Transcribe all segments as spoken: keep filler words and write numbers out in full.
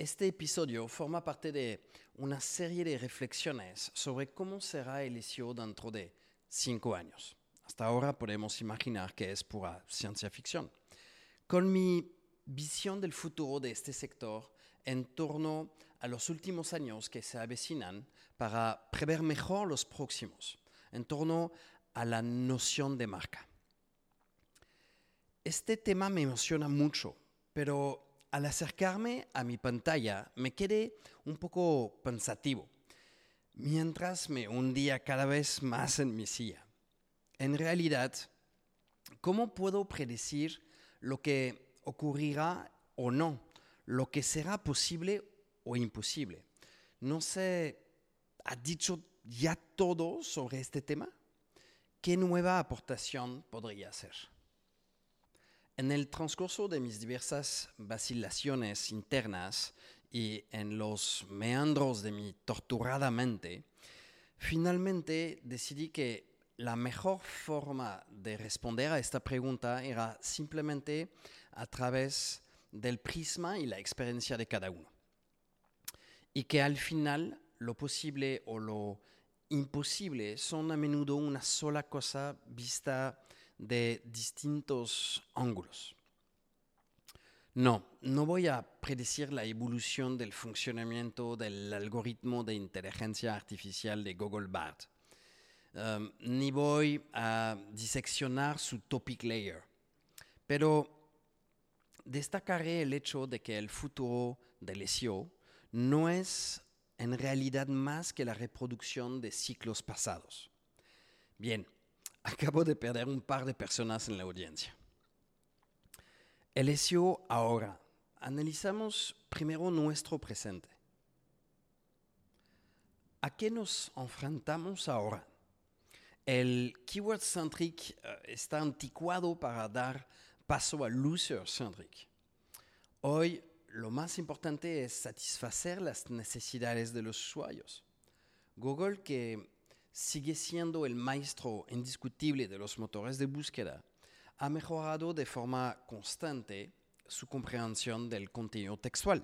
Este episodio forma parte de una serie de reflexiones sobre cómo será el S E O dentro de cinco años. Hasta ahora podemos imaginar que es pura ciencia ficción. Con mi visión del futuro de este sector en torno a los últimos años que se avecinan para prever mejor los próximos, en torno a la noción de marca. Este tema me emociona mucho, pero al acercarme a mi pantalla me quedé un poco pensativo, mientras me hundía cada vez más en mi silla. En realidad, ¿cómo puedo predecir lo que ocurrirá o no, lo que será posible o imposible? No sé, ¿ha dicho ya todo sobre este tema? ¿Qué nueva aportación podría hacer? En el transcurso de mis diversas vacilaciones internas y en los meandros de mi torturada mente, finalmente decidí que la mejor forma de responder a esta pregunta era simplemente a través del prisma y la experiencia de cada uno. Y que al final lo posible o lo imposible son a menudo una sola cosa vista de distintos ángulos. No, no voy a predecir la evolución del funcionamiento del algoritmo de inteligencia artificial de Google Bard, um, ni voy a diseccionar su topic layer, pero destacaré el hecho de que el futuro del S E O no es en realidad más que la reproducción de ciclos pasados. Bien, acabo de perder un par de personas en la audiencia. El S E O ahora. Analizamos primero nuestro presente. ¿A qué nos enfrentamos ahora? El keyword-centric uh, está anticuado para dar paso al user-centric. Hoy lo más importante es satisfacer las necesidades de los usuarios. Google, que sigue siendo el maestro indiscutible de los motores de búsqueda, ha mejorado de forma constante su comprensión del contenido textual.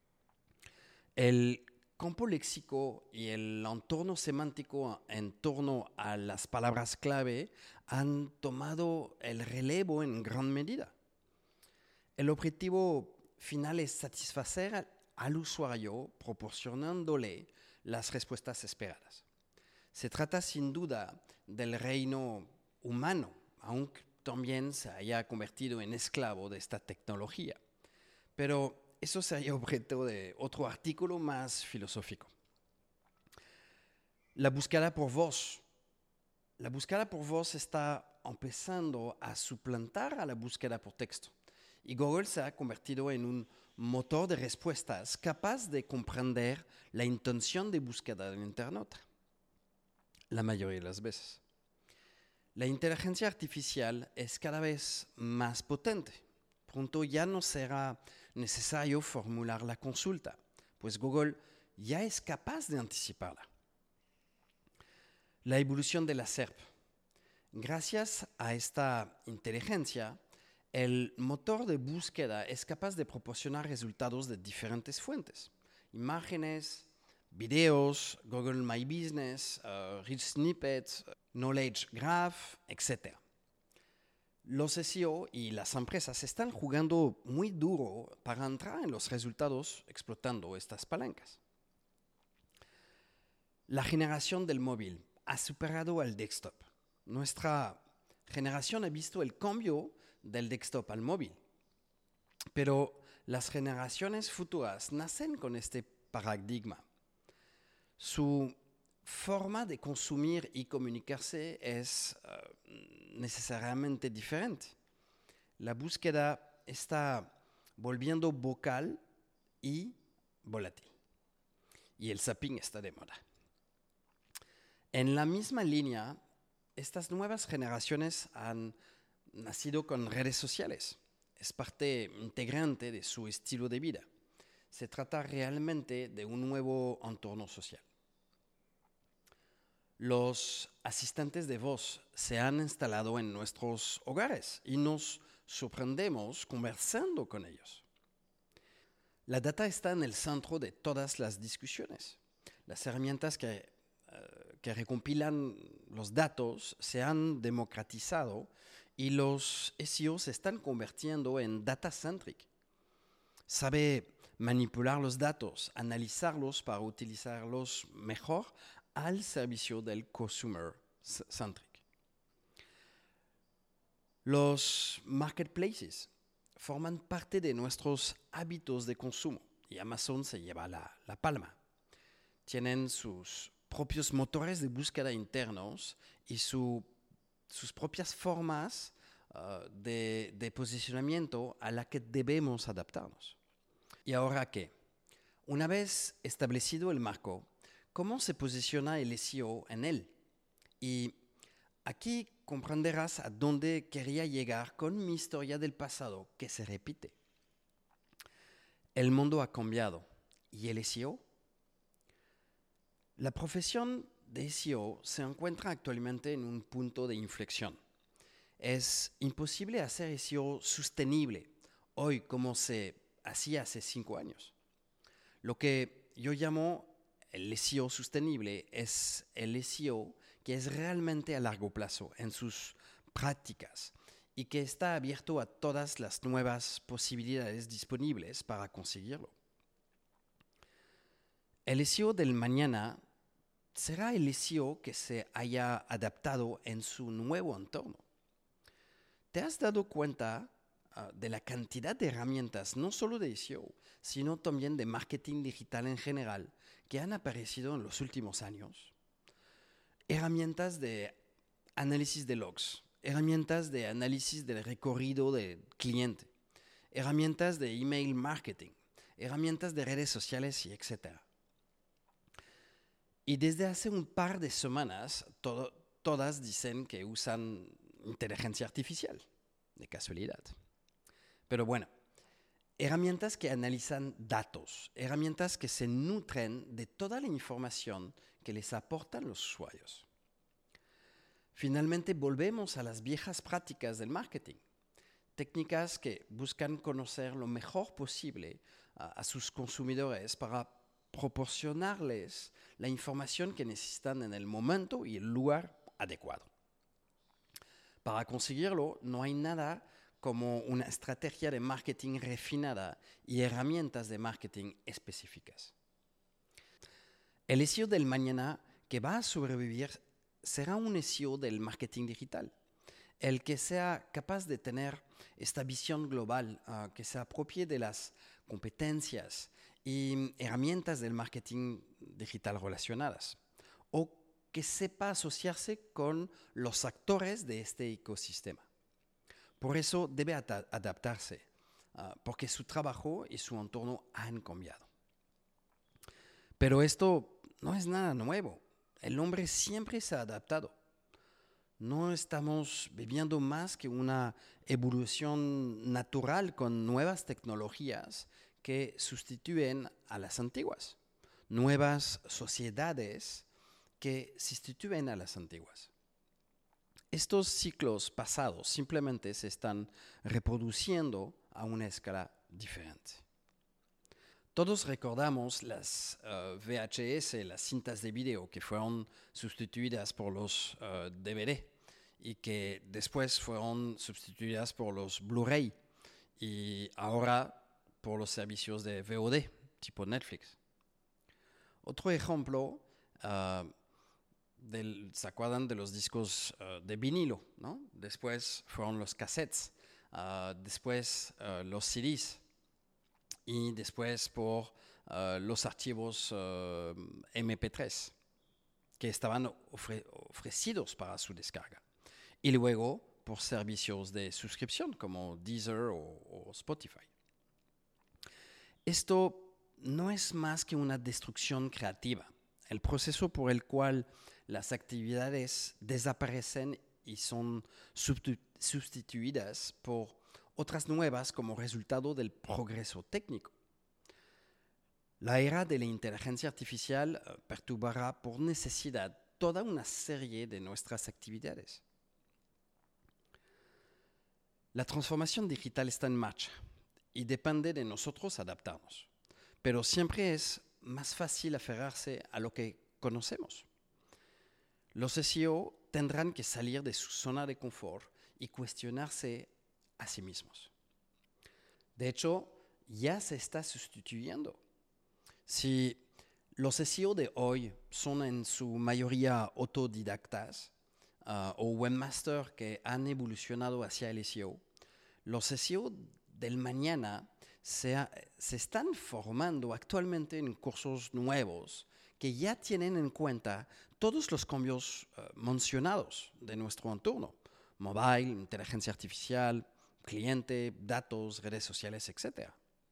El campo léxico y el entorno semántico en torno a las palabras clave han tomado el relevo en gran medida. El objetivo final es satisfacer al usuario proporcionándole las respuestas esperadas. Se trata sin duda del reino humano, aunque también se haya convertido en esclavo de esta tecnología. Pero eso sería objeto de otro artículo más filosófico. La búsqueda por voz. La búsqueda por voz está empezando a suplantar a la búsqueda por texto. Y Google se ha convertido en un motor de respuestas capaz de comprender la intención de búsqueda del internauta. La mayoría de las veces. La inteligencia artificial es cada vez más potente. Pronto ya no será necesario formular la consulta, pues Google ya es capaz de anticiparla. La evolución de la S E R P. Gracias a esta inteligencia, el motor de búsqueda es capaz de proporcionar resultados de diferentes fuentes. Imágenes, videos, Google My Business, uh, Rich Snippets, Knowledge Graph, etcétera. Los S E O y las empresas están jugando muy duro para entrar en los resultados explotando estas palancas. La generación del móvil ha superado al desktop. Nuestra generación ha visto el cambio del desktop al móvil, pero las generaciones futuras nacen con este paradigma. Su forma de consumir y comunicarse es uh, necesariamente diferente. La búsqueda está volviendo vocal y volátil. Y el zapping está de moda. En la misma línea, estas nuevas generaciones han nacido con redes sociales. Es parte integrante de su estilo de vida. Se trata realmente de un nuevo entorno social. Los asistentes de voz se han instalado en nuestros hogares y nos sorprendemos conversando con ellos. La data está en el centro de todas las discusiones. Las herramientas que, uh, que recompilan los datos se han democratizado y los S E O se están convirtiendo en data-centric. Sabe manipular los datos, analizarlos para utilizarlos mejor al servicio del consumer-centric. Los marketplaces forman parte de nuestros hábitos de consumo y Amazon se lleva la, la palma. Tienen sus propios motores de búsqueda internos y su, sus propias formas uh, de, de posicionamiento a la que debemos adaptarnos. ¿Y ahora qué? Una vez establecido el marco, ¿cómo se posiciona el S E O en él? Y aquí comprenderás a dónde quería llegar con mi historia del pasado que se repite. El mundo ha cambiado. ¿Y el S E O? La profesión de S E O se encuentra actualmente en un punto de inflexión. Es imposible hacer S E O sostenible hoy como se hacía hace cinco años. Lo que yo llamo el S E O sostenible es el S E O que es realmente a largo plazo en sus prácticas y que está abierto a todas las nuevas posibilidades disponibles para conseguirlo. El S E O del mañana será el S E O que se haya adaptado en su nuevo entorno. ¿Te has dado cuenta uh, de la cantidad de herramientas, no solo de S E O, sino también de marketing digital en general, que han aparecido en los últimos años? Herramientas de análisis de logs, herramientas de análisis del recorrido del cliente, herramientas de email marketing, herramientas de redes sociales y etcétera. Y desde hace un par de semanas, todo, todas dicen que usan inteligencia artificial, de casualidad. Pero bueno, herramientas que analizan datos, herramientas que se nutren de toda la información que les aportan los usuarios. Finalmente volvemos a las viejas prácticas del marketing, técnicas que buscan conocer lo mejor posible a, a sus consumidores para proporcionarles la información que necesitan en el momento y el lugar adecuado. Para conseguirlo, no hay nada como una estrategia de marketing refinada y herramientas de marketing específicas. El S E O del mañana que va a sobrevivir será un S E O del marketing digital, el que sea capaz de tener esta visión global, uh, que se apropie de las competencias y herramientas del marketing digital relacionadas, o que sepa asociarse con los actores de este ecosistema. Por eso debe ad- adaptarse, uh, porque su trabajo y su entorno han cambiado. Pero esto no es nada nuevo. El hombre siempre se ha adaptado. No estamos viviendo más que una evolución natural con nuevas tecnologías que sustituyen a las antiguas. Nuevas sociedades que sustituyen a las antiguas. Estos ciclos pasados simplemente se están reproduciendo a una escala diferente. Todos recordamos las uh, V H S, las cintas de video que fueron sustituidas por los uh, D V D y que después fueron sustituidas por los Blu-ray y ahora por los servicios de V O D tipo Netflix. Otro ejemplo, uh, del, ¿se acuerdan de los discos uh, de vinilo? ¿No? Después fueron los cassettes, uh, después uh, los C Ds. Y después por uh, los archivos uh, eme pe tres que estaban ofre ofrecidos para su descarga. Y luego por servicios de suscripción como Deezer o, o Spotify. Esto no es más que una destrucción creativa, el proceso por el cual las actividades desaparecen y son sustituidas por otras nuevas como resultado del progreso técnico. La era de la inteligencia artificial uh, perturbará por necesidad toda una serie de nuestras actividades. La transformación digital está en marcha y depende de nosotros adaptarnos. pero siempre es más fácil aferrarse a lo que conocemos. Los S E O tendrán que salir de su zona de confort y cuestionarse a sí mismos. De hecho, ya se está sustituyendo. Si los S E O de hoy son en su mayoría autodidactas uh, o webmasters que han evolucionado hacia el S E O, los S E O del mañana se, ha, se están formando actualmente en cursos nuevos que ya tienen en cuenta todos los cambios uh, mencionados de nuestro entorno: mobile, inteligencia artificial, cliente, datos, redes sociales, etcétera.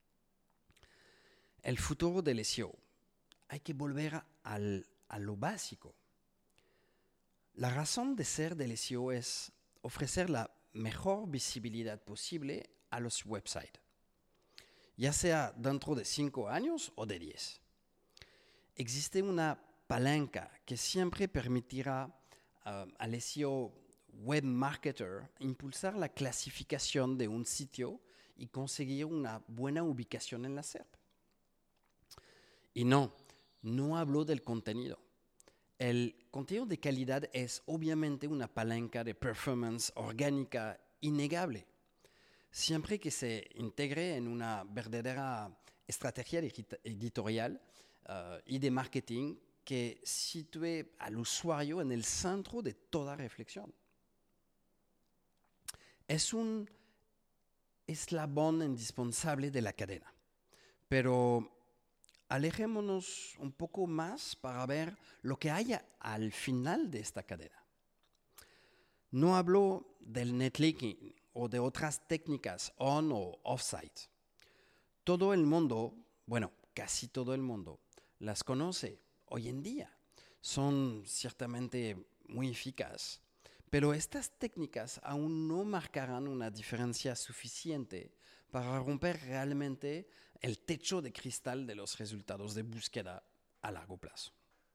El futuro del S E O. Hay que volver al, a lo básico. La razón de ser del S E O es ofrecer la mejor visibilidad posible a los websites, ya sea dentro de cinco años o de diez. Existe una palanca que siempre permitirá uh, al S E O web marketer impulsar la clasificación de un sitio y conseguir una buena ubicación en la S E R P. Y no, no hablo del contenido. El contenido de calidad es obviamente una palanca de performance orgánica innegable, siempre que se integre en una verdadera estrategia editorial uh, y de marketing que sitúe al usuario en el centro de toda reflexión. Es un eslabón indispensable de la cadena, pero alejémonos un poco más para ver lo que hay al final de esta cadena. No hablo del netlinking o de otras técnicas on o off-site. Todo el mundo, bueno, casi todo el mundo, las conoce hoy en día. Son ciertamente muy eficaces, pero estas técnicas aún no marcarán una diferencia suficiente para romper realmente el techo de cristal de los resultados de búsqueda a largo plazo.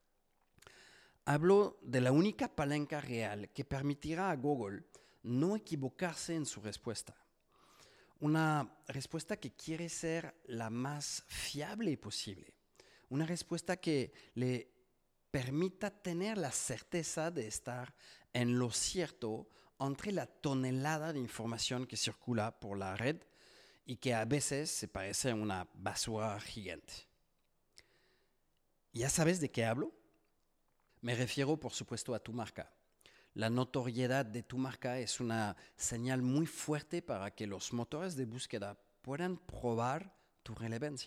Hablo de la única palanca real que permitirá a Google no equivocarse en su respuesta. Una respuesta que quiere ser la más fiable posible. Una respuesta que le permita tener la certeza de estar en lo cierto entre la tonelada de información que circula por la red y que a veces se parece a una basura gigante. ¿Ya sabes de qué hablo? Me refiero, por supuesto, a tu marca. La notoriedad de tu marca es una señal muy fuerte para que los motores de búsqueda puedan probar tu relevancia.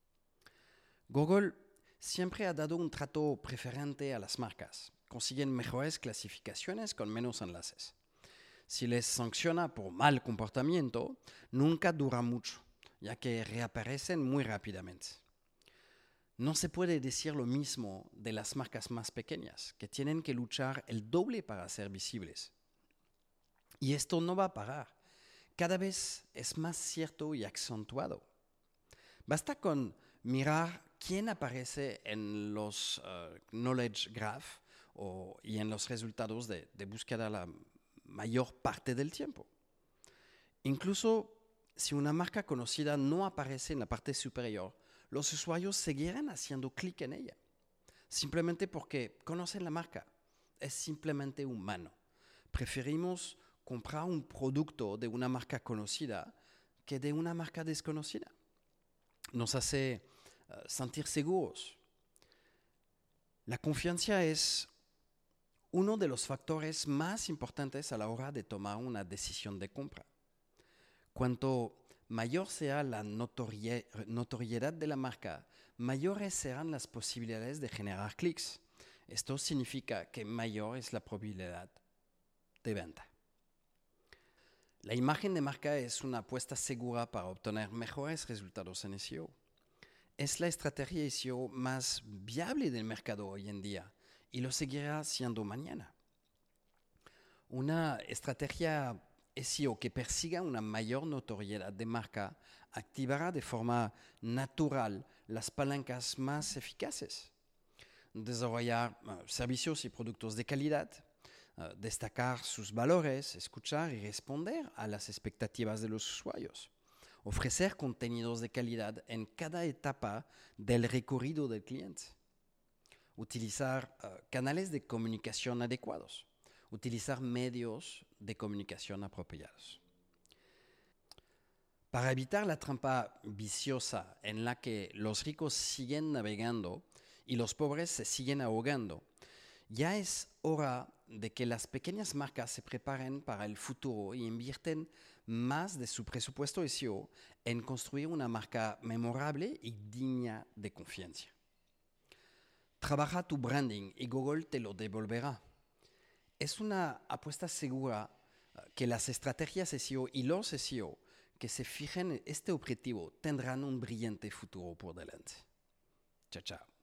Google siempre ha dado un trato preferente a las marcas. Consiguen mejores clasificaciones con menos enlaces. Si les sanciona por mal comportamiento, nunca dura mucho, ya que reaparecen muy rápidamente. No se puede decir lo mismo de las marcas más pequeñas, que tienen que luchar el doble para ser visibles. Y esto no va a parar. Cada vez es más cierto y acentuado. Basta con mirar quién aparece en los uh, Knowledge Graph o, y en los resultados de, de búsqueda la mayor parte del tiempo. Incluso si una marca conocida no aparece en la parte superior, los usuarios seguirán haciendo clic en ella, simplemente porque conocen la marca. Es simplemente humano. Preferimos comprar un producto de una marca conocida que de una marca desconocida. Nos hace uh, sentir seguros. La confianza es uno de los factores más importantes a la hora de tomar una decisión de compra. Cuanto mayor sea la notorie- notoriedad de la marca, mayores serán las posibilidades de generar clics. Esto significa que mayor es la probabilidad de venta. La imagen de marca es una apuesta segura para obtener mejores resultados en S E O. Es la estrategia S E O más viable del mercado hoy en día y lo seguirá siendo mañana. Una estrategia S E O que persiga una mayor notoriedad de marca activará de forma natural las palancas más eficaces. Desarrollar uh, servicios y productos de calidad, uh, destacar sus valores, escuchar y responder a las expectativas de los usuarios. ofrecer contenidos de calidad en cada etapa del recorrido del cliente, utilizar uh, canales de comunicación adecuados, utilizar medios de comunicación apropiados. Para evitar la trampa viciosa en la que los ricos siguen navegando y los pobres se siguen ahogando, ya es hora de que las pequeñas marcas se preparen para el futuro y invierten más de su presupuesto S E O en construir una marca memorable y digna de confianza. Trabaja tu branding y Google te lo devolverá. Es una apuesta segura que las estrategias S E O y los S E O que se fijen en este objetivo tendrán un brillante futuro por delante. Chao, chao.